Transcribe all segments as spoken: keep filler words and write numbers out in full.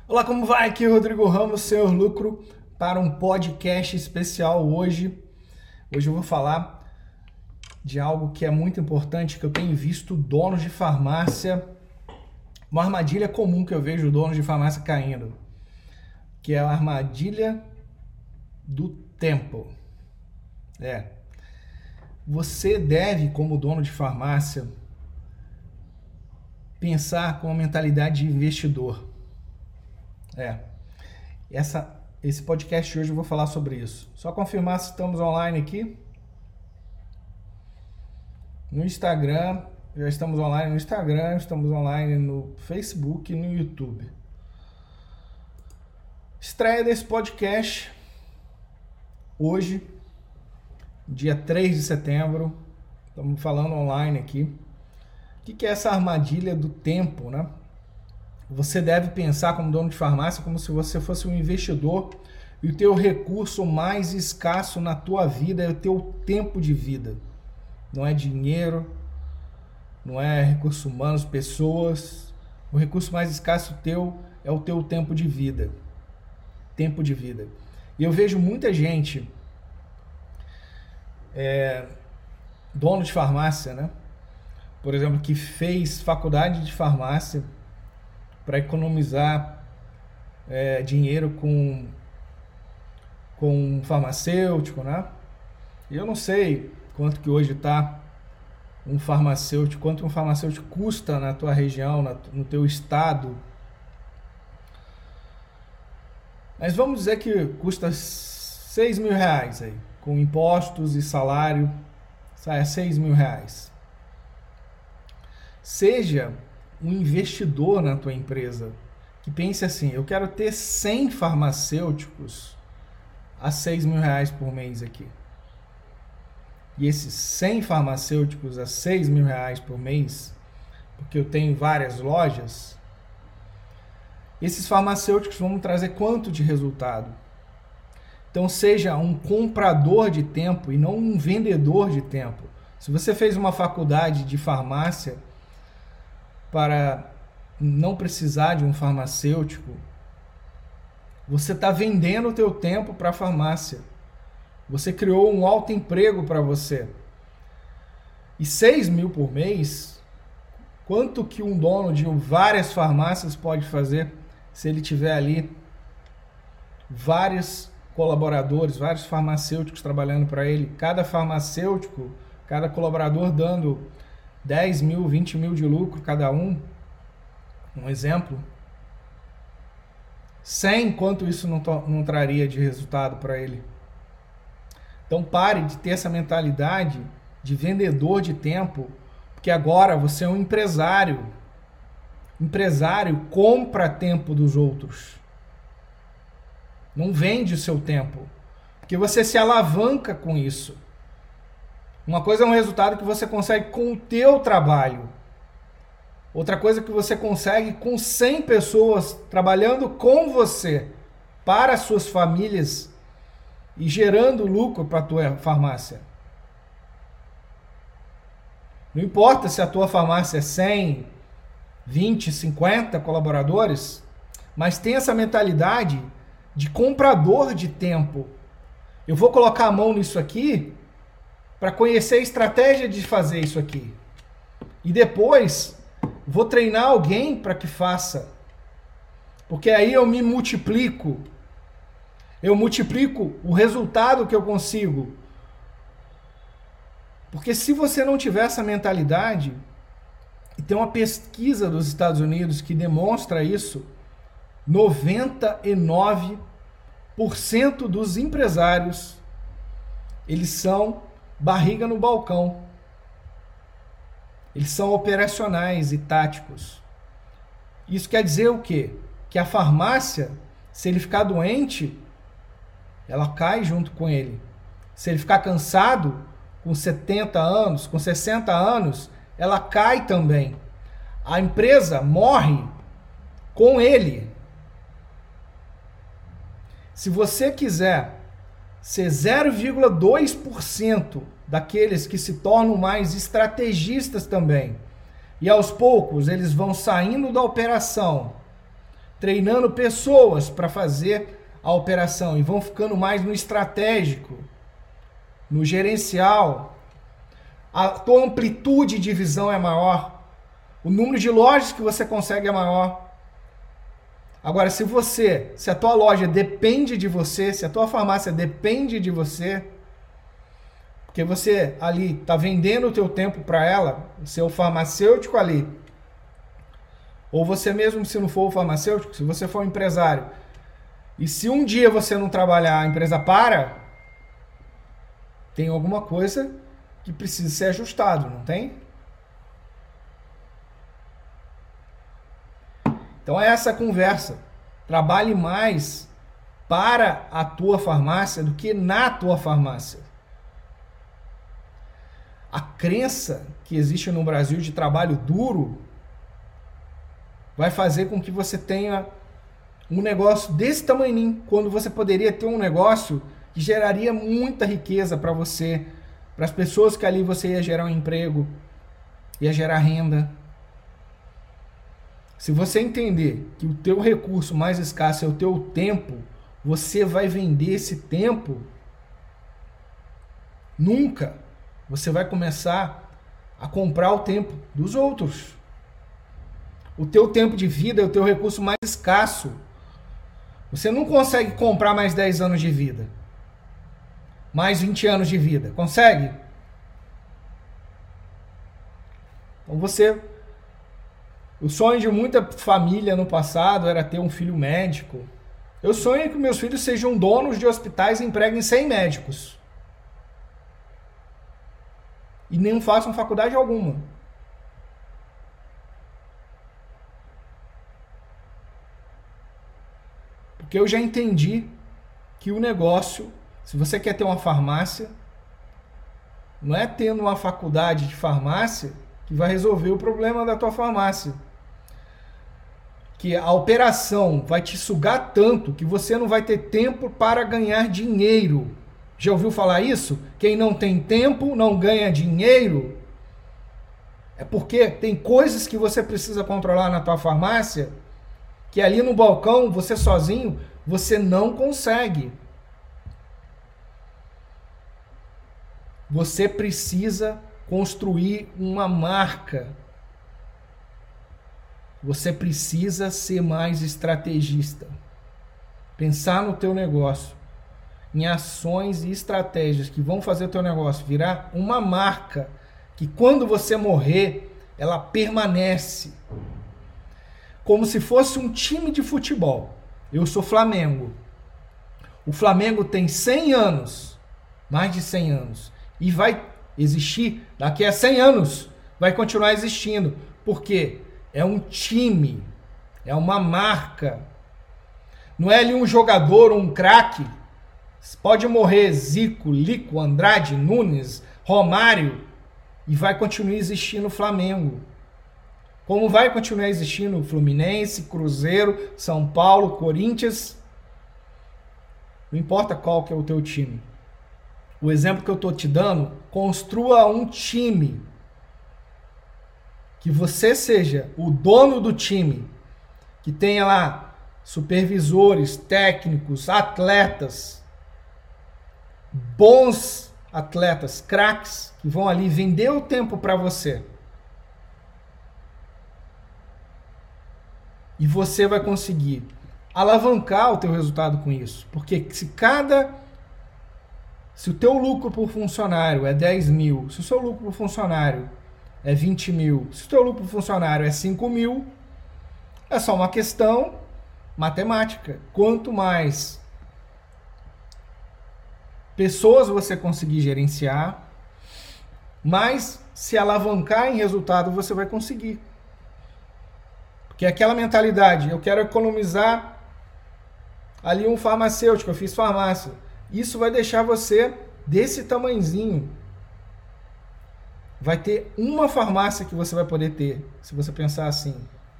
Olá, como vai? Aqui é o Rodrigo Ramos, Senhor Lucro, para um podcast especial hoje. Hoje eu vou falar de algo que é muito importante, que eu tenho visto donos de farmácia, uma armadilha comum que eu vejo donos de farmácia caindo, que é a armadilha do tempo. É, você deve, como dono de farmácia, pensar com a mentalidade de investidor. É, essa, esse podcast de hoje eu vou falar sobre isso. Só confirmar se estamos online aqui. No Instagram, já estamos online no Instagram, estamos online no Facebook e no YouTube. Estreia desse podcast hoje, dia três de setembro. Estamos falando online aqui. O que é essa armadilha do tempo, né? Você deve pensar como dono de farmácia como se você fosse um investidor e o teu recurso mais escasso na tua vida é o teu tempo de vida. Não é dinheiro, não é recursos humanos, pessoas. O recurso mais escasso teu é o teu tempo de vida. Tempo de vida. E eu vejo muita gente, é, dono de farmácia, né? Por exemplo, que fez faculdade de farmácia para economizar é, dinheiro com, com um farmacêutico, né? E eu não sei quanto que hoje está um farmacêutico, quanto um farmacêutico custa na tua região, na, no teu estado. Mas vamos dizer que custa seis mil reais aí, com impostos e salário, sai a seis mil reais. Seja um investidor na tua empresa que pense assim, eu quero ter cem farmacêuticos a seis mil reais por mês aqui. E esses cem farmacêuticos a seis mil reais por mês, porque eu tenho várias lojas, esses farmacêuticos vão me trazer quanto de resultado? Então seja um comprador de tempo e não um vendedor de tempo. Se você fez uma faculdade de farmácia para não precisar de um farmacêutico, você está vendendo o teu tempo para a farmácia. Você criou um alto emprego para você. E seis mil por mês, quanto que um dono de várias farmácias pode fazer se ele tiver ali vários colaboradores, vários farmacêuticos trabalhando para ele, cada farmacêutico, cada colaborador dando dez mil, vinte mil de lucro cada um, um exemplo. cem, quanto isso não, não traria de resultado para ele? Então pare de ter essa mentalidade de vendedor de tempo, porque agora você é um empresário. Empresário compra tempo dos outros. Não vende o seu tempo, porque você se alavanca com isso. Uma coisa é um resultado que você consegue com o teu trabalho. Outra coisa é que você consegue com cem pessoas trabalhando com você, para as suas famílias e gerando lucro para a tua farmácia. Não importa se a tua farmácia é cem, vinte, cinquenta colaboradores, mas tem essa mentalidade de comprador de tempo. Eu vou colocar a mão nisso aqui para conhecer a estratégia de fazer isso aqui. E depois vou treinar alguém para que faça. Porque aí eu me multiplico. Eu multiplico o resultado que eu consigo. Porque se você não tiver essa mentalidade, e tem uma pesquisa dos Estados Unidos que demonstra isso, noventa e nove por cento dos empresários, eles são barriga no balcão. Eles são operacionais e táticos. Isso quer dizer o quê? Que a farmácia, se ele ficar doente, ela cai junto com ele. Se ele ficar cansado, com setenta anos, com sessenta anos, ela cai também. A empresa morre com ele. Se você quiser ser zero vírgula dois por cento daqueles que se tornam mais estrategistas também, e aos poucos eles vão saindo da operação, treinando pessoas para fazer a operação e vão ficando mais no estratégico, no gerencial. A tua amplitude de visão é maior, o número de lojas que você consegue é maior. Agora, se você, se a tua loja depende de você, se a tua farmácia depende de você, porque você ali está vendendo o teu tempo para ela, o seu farmacêutico ali, ou você mesmo se não for o farmacêutico, se você for um empresário, e se um dia você não trabalhar, a empresa para, tem alguma coisa que precisa ser ajustado, não tem? Então é essa conversa. Trabalhe mais para a tua farmácia do que na tua farmácia. A crença que existe no Brasil de trabalho duro vai fazer com que você tenha um negócio desse tamanho, quando você poderia ter um negócio que geraria muita riqueza para você, para as pessoas que ali você ia gerar um emprego, ia gerar renda. Se você entender que o teu recurso mais escasso é o teu tempo, você vai vender esse tempo, nunca você vai começar a comprar o tempo dos outros. O teu tempo de vida é o teu recurso mais escasso. Você não consegue comprar mais dez anos de vida. Mais vinte anos de vida. Consegue? Então você... O sonho de muita família no passado era ter um filho médico. Eu sonho que meus filhos sejam donos de hospitais e empreguem cem médicos. E nem façam faculdade alguma. Porque eu já entendi que o negócio, se você quer ter uma farmácia, não é tendo uma faculdade de farmácia que vai resolver o problema da tua farmácia. Que a operação vai te sugar tanto que você não vai ter tempo para ganhar dinheiro. Já ouviu falar isso? Quem não tem tempo não ganha dinheiro. É porque tem coisas que você precisa controlar na tua farmácia que ali no balcão, você sozinho, você não consegue. Você precisa construir uma marca. Você precisa ser mais estrategista. Pensar no teu negócio, em ações e estratégias que vão fazer o teu negócio virar uma marca que quando você morrer, ela permanece. Como se fosse um time de futebol. Eu sou Flamengo. O Flamengo tem cem anos, mais de cem anos, e vai existir daqui a cem anos, vai continuar existindo. Por quê? É um time, é uma marca. Não é ali um jogador, um craque. Pode morrer Zico, Lico, Andrade, Nunes, Romário, e vai continuar existindo o Flamengo. Como vai continuar existindo Fluminense, Cruzeiro, São Paulo, Corinthians. Não importa qual que é o teu time. O exemplo que eu estou te dando, construa um time. Que você seja o dono do time. Que tenha lá supervisores, técnicos, atletas. Bons atletas, craques, que vão ali vender o tempo para você. E você vai conseguir alavancar o teu resultado com isso. Porque se cada... Se o teu lucro por funcionário é dez mil, se o seu lucro por funcionário é vinte mil, se o teu lucro por funcionário é cinco mil, é só uma questão matemática. Quanto mais pessoas você conseguir gerenciar, mais se alavancar em resultado você vai conseguir. Porque aquela mentalidade, eu quero economizar ali um farmacêutico, eu fiz farmácia. Isso vai deixar você desse tamanhozinho. Vai ter uma farmácia que você vai poder ter, se você pensar assim.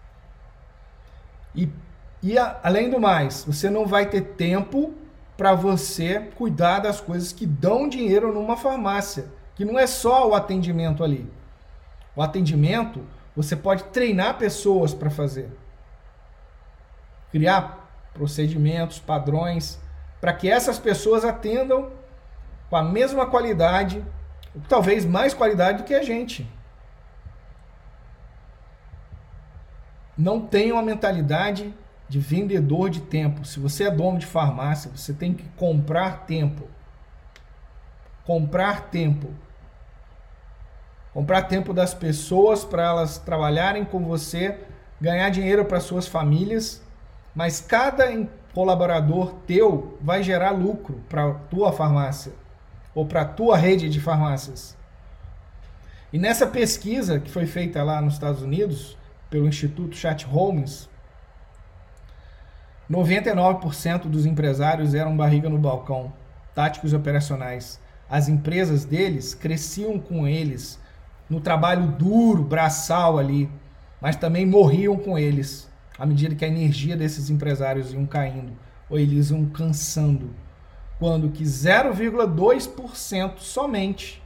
E, e a, além do mais, você não vai ter tempo para você cuidar das coisas que dão dinheiro numa farmácia. Que não é só o atendimento ali. O atendimento... Você pode treinar pessoas para fazer. criar procedimentos, padrões, para que essas pessoas atendam com a mesma qualidade, talvez mais qualidade do que a gente. Não tenham a mentalidade de vendedor de tempo. Se você é dono de farmácia, você tem que comprar tempo. Comprar tempo. Comprar tempo das pessoas para elas trabalharem com você, ganhar dinheiro para suas famílias, mas cada colaborador teu vai gerar lucro para a tua farmácia ou para a tua rede de farmácias. E nessa pesquisa que foi feita lá nos Estados Unidos, pelo Instituto Chat Holmes, noventa e nove por cento dos empresários eram barriga no balcão, táticos operacionais. As empresas deles cresciam com eles no trabalho duro, braçal ali, mas também morriam com eles, à medida que a energia desses empresários iam caindo, ou eles iam cansando. Quando que zero vírgula dois por cento somente,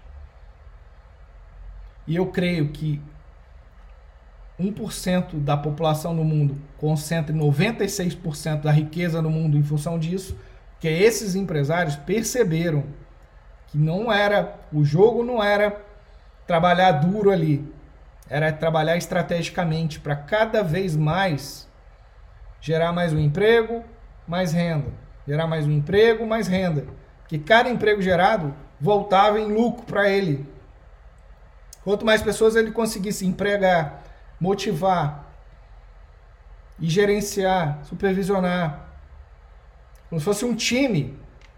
e eu creio que um por cento da população no mundo concentra noventa e seis por cento da riqueza no mundo em função disso, que esses empresários perceberam que não era, o jogo não era trabalhar duro ali, era trabalhar estrategicamente para cada vez mais gerar mais um emprego, mais renda, gerar mais um emprego, mais renda, que cada emprego gerado voltava em lucro para ele. Quanto mais pessoas ele conseguisse empregar, motivar e gerenciar, supervisionar, como se fosse um time,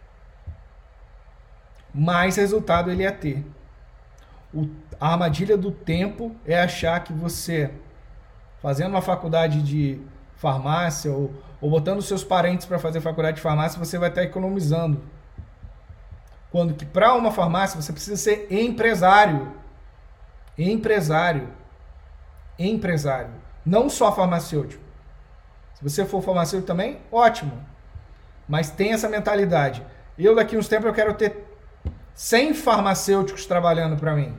mais resultado ele ia ter. O, a armadilha do tempo é achar que você, fazendo uma faculdade de farmácia ou, ou botando seus parentes para fazer faculdade de farmácia, você vai estar economizando. Quando que para uma farmácia você precisa ser empresário. Empresário. Empresário. Não só farmacêutico. Se você for farmacêutico também, ótimo. Mas tem essa mentalidade. Eu daqui a uns tempos eu quero ter cem farmacêuticos trabalhando para mim.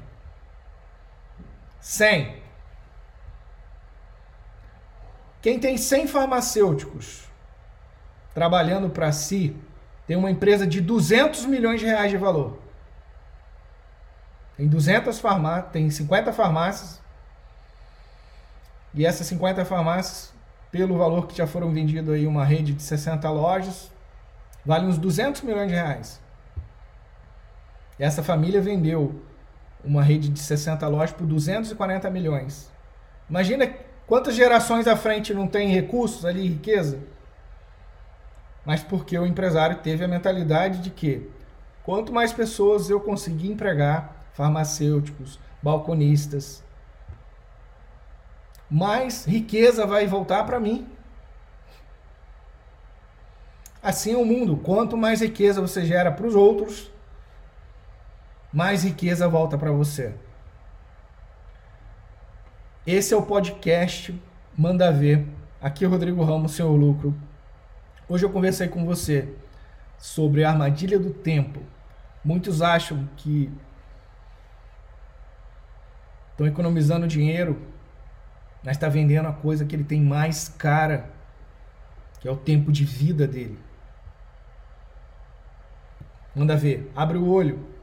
cem. Quem tem cem farmacêuticos trabalhando para si, tem uma empresa de duzentos milhões de reais de valor. Tem duzentas farmácias, tem cinquenta farmácias. E essas cinquenta farmácias, pelo valor que já foram vendidas aí, uma rede de sessenta lojas, vale uns duzentos milhões de reais. Essa família vendeu uma rede de sessenta lojas por duzentos e quarenta milhões. Imagina quantas gerações à frente não tem recursos ali, riqueza. Mas porque o empresário teve a mentalidade de que quanto mais pessoas eu conseguir empregar, farmacêuticos, balconistas, mais riqueza vai voltar para mim. Assim é o mundo. Quanto mais riqueza você gera para os outros, mais riqueza volta para você. Esse é o podcast Manda Ver. Aqui é o Rodrigo Ramos, Senhor Lucro. Hoje eu conversei com você sobre a armadilha do tempo. Muitos acham que estão economizando dinheiro, mas está vendendo a coisa que ele tem mais cara, que é o tempo de vida dele. Manda ver, abre o olho.